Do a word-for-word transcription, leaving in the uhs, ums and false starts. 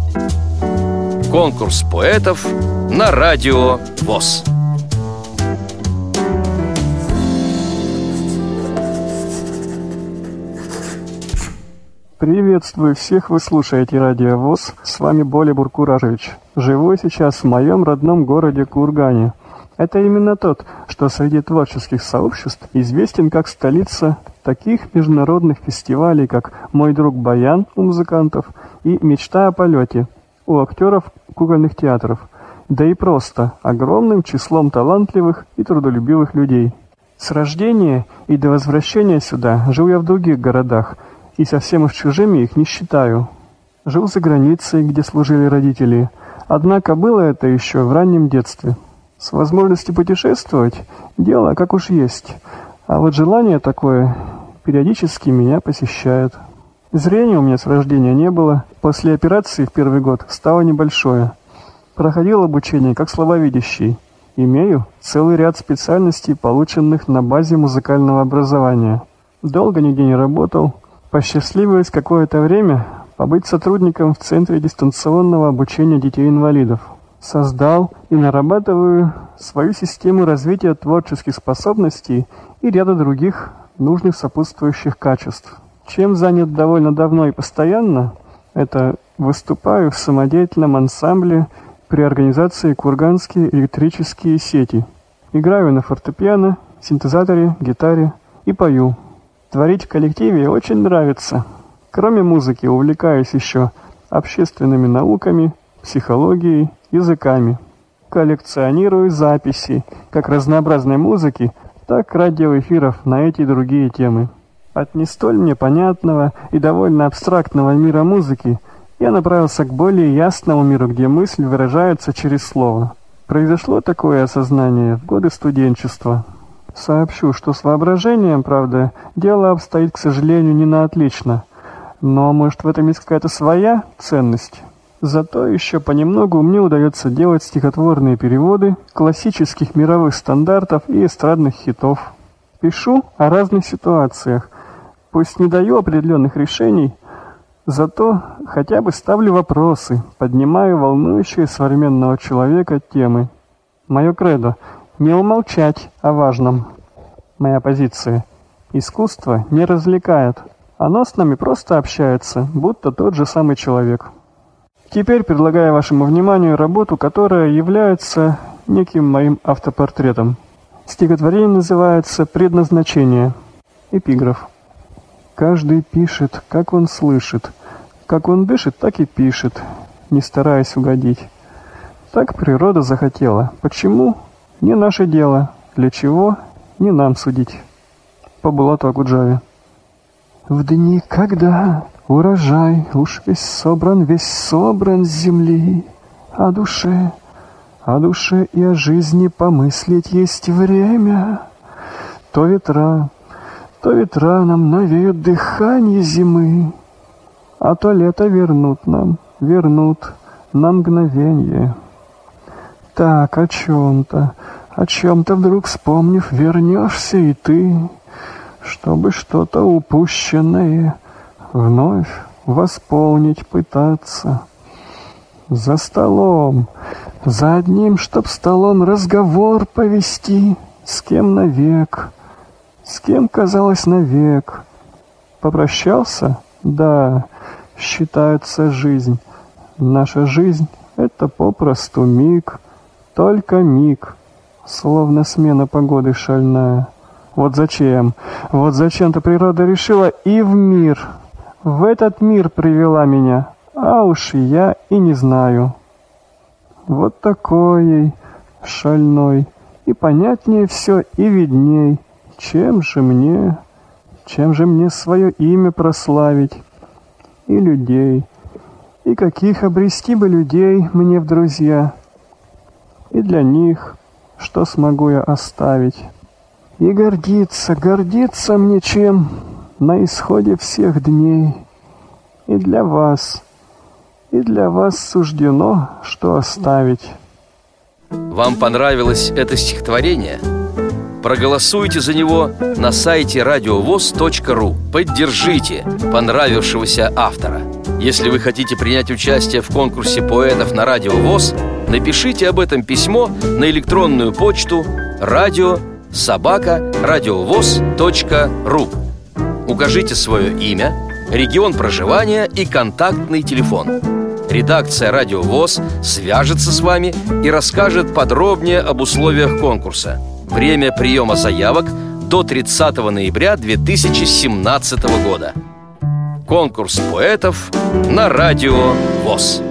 Конкурс поэтов на радио ВОС. Приветствую всех, вы слушаете радио ВОС. С вами Боля Буркуражевич. Живу сейчас в моем родном городе Кургане. Это именно тот, что среди творческих сообществ известен как столица таких международных фестивалей, как «Мой друг Баян» у музыкантов и «Мечта о полете» у актеров кукольных театров, да и просто огромным числом талантливых и трудолюбивых людей. С рождения и до возвращения сюда жил я в других городах, и совсем уж чужими их не считаю. Жил за границей, где служили родители, однако было это еще в раннем детстве. С возможностью путешествовать дело как уж есть, а вот желание такое периодически меня посещает. Зрения у меня с рождения не было, после операции в первый год стало небольшое. Проходил обучение как слабовидящий. Имею целый ряд специальностей, полученных на базе музыкального образования. Долго нигде не работал. Посчастливилось какое-то время побыть сотрудником в Центре дистанционного обучения детей-инвалидов. Создал и нарабатываю свою систему развития творческих способностей и ряда других нужных сопутствующих качеств. Чем занят довольно давно и постоянно, это выступаю в самодеятельном ансамбле при организации «Курганские электрические сети». Играю на фортепиано, синтезаторе, гитаре и пою. Творить в коллективе очень нравится. Кроме музыки увлекаюсь еще общественными науками, психологией, языками. Коллекционирую записи как разнообразной музыки, так и радиоэфиров на эти и другие темы. От не столь мне понятного и довольно абстрактного мира музыки я направился к более ясному миру, где мысль выражается через слово. Произошло такое осознание в годы студенчества. Сообщу, что с воображением, правда, дело обстоит, к сожалению, не на отлично. Но, может, в этом есть какая-то своя ценность? Зато еще понемногу мне удается делать стихотворные переводы классических мировых стандартов и эстрадных хитов. Пишу о разных ситуациях. Пусть не даю определенных решений, зато хотя бы ставлю вопросы, поднимаю волнующие современного человека темы. Мое кредо — не умолчать о важном. Моя позиция — искусство не развлекает. Оно с нами просто общается, будто тот же самый человек. Теперь предлагаю вашему вниманию работу, которая является неким моим автопортретом. Стихотворение называется «Предназначение». Эпиграф. Каждый пишет, как он слышит. Как он дышит, так и пишет, не стараясь угодить. Так природа захотела. Почему? Не наше дело. Для чего? Не нам судить. По Булату Акуджаве. В дни, когда урожай уж весь собран, весь собран с земли, о душе, о душе и о жизни помыслить есть время, то ветра, то ветра нам навеют дыхание зимы, а то лето вернут нам, вернут на мгновенье. Так, о чем-то, о чем-то вдруг вспомнив, вернешься и ты, чтобы что-то упущенное вновь восполнить пытаться. За столом, за одним, чтоб столом разговор повести, с кем навек, с кем, казалось, навек. Попрощался? Да, считается жизнь. Наша жизнь — это попросту миг, только миг, словно смена погоды шальная. Вот зачем, вот зачем-то природа решила и в мир, в этот мир привела меня, а уж я и не знаю. Вот такой ей, шальной, и понятнее все, и видней. Чем же мне, чем же мне свое имя прославить? И людей, и каких обрести бы людей мне в друзья? И для них, что смогу я оставить? И гордиться, гордиться мне чем на исходе всех дней. И для вас, и для вас суждено, что оставить. Вам понравилось это стихотворение? Проголосуйте за него на сайте радиовос точка ру. Поддержите понравившегося автора. Если вы хотите принять участие в конкурсе поэтов на Радио ВОС, напишите об этом письмо на электронную почту радио собака радиовос точка ру. Укажите свое имя, регион проживания и контактный телефон. Редакция Радио ВОС свяжется с вами и расскажет подробнее об условиях конкурса. Время приема заявок до тридцатого ноября две тысячи семнадцатого года. Конкурс поэтов на Радио ВОС.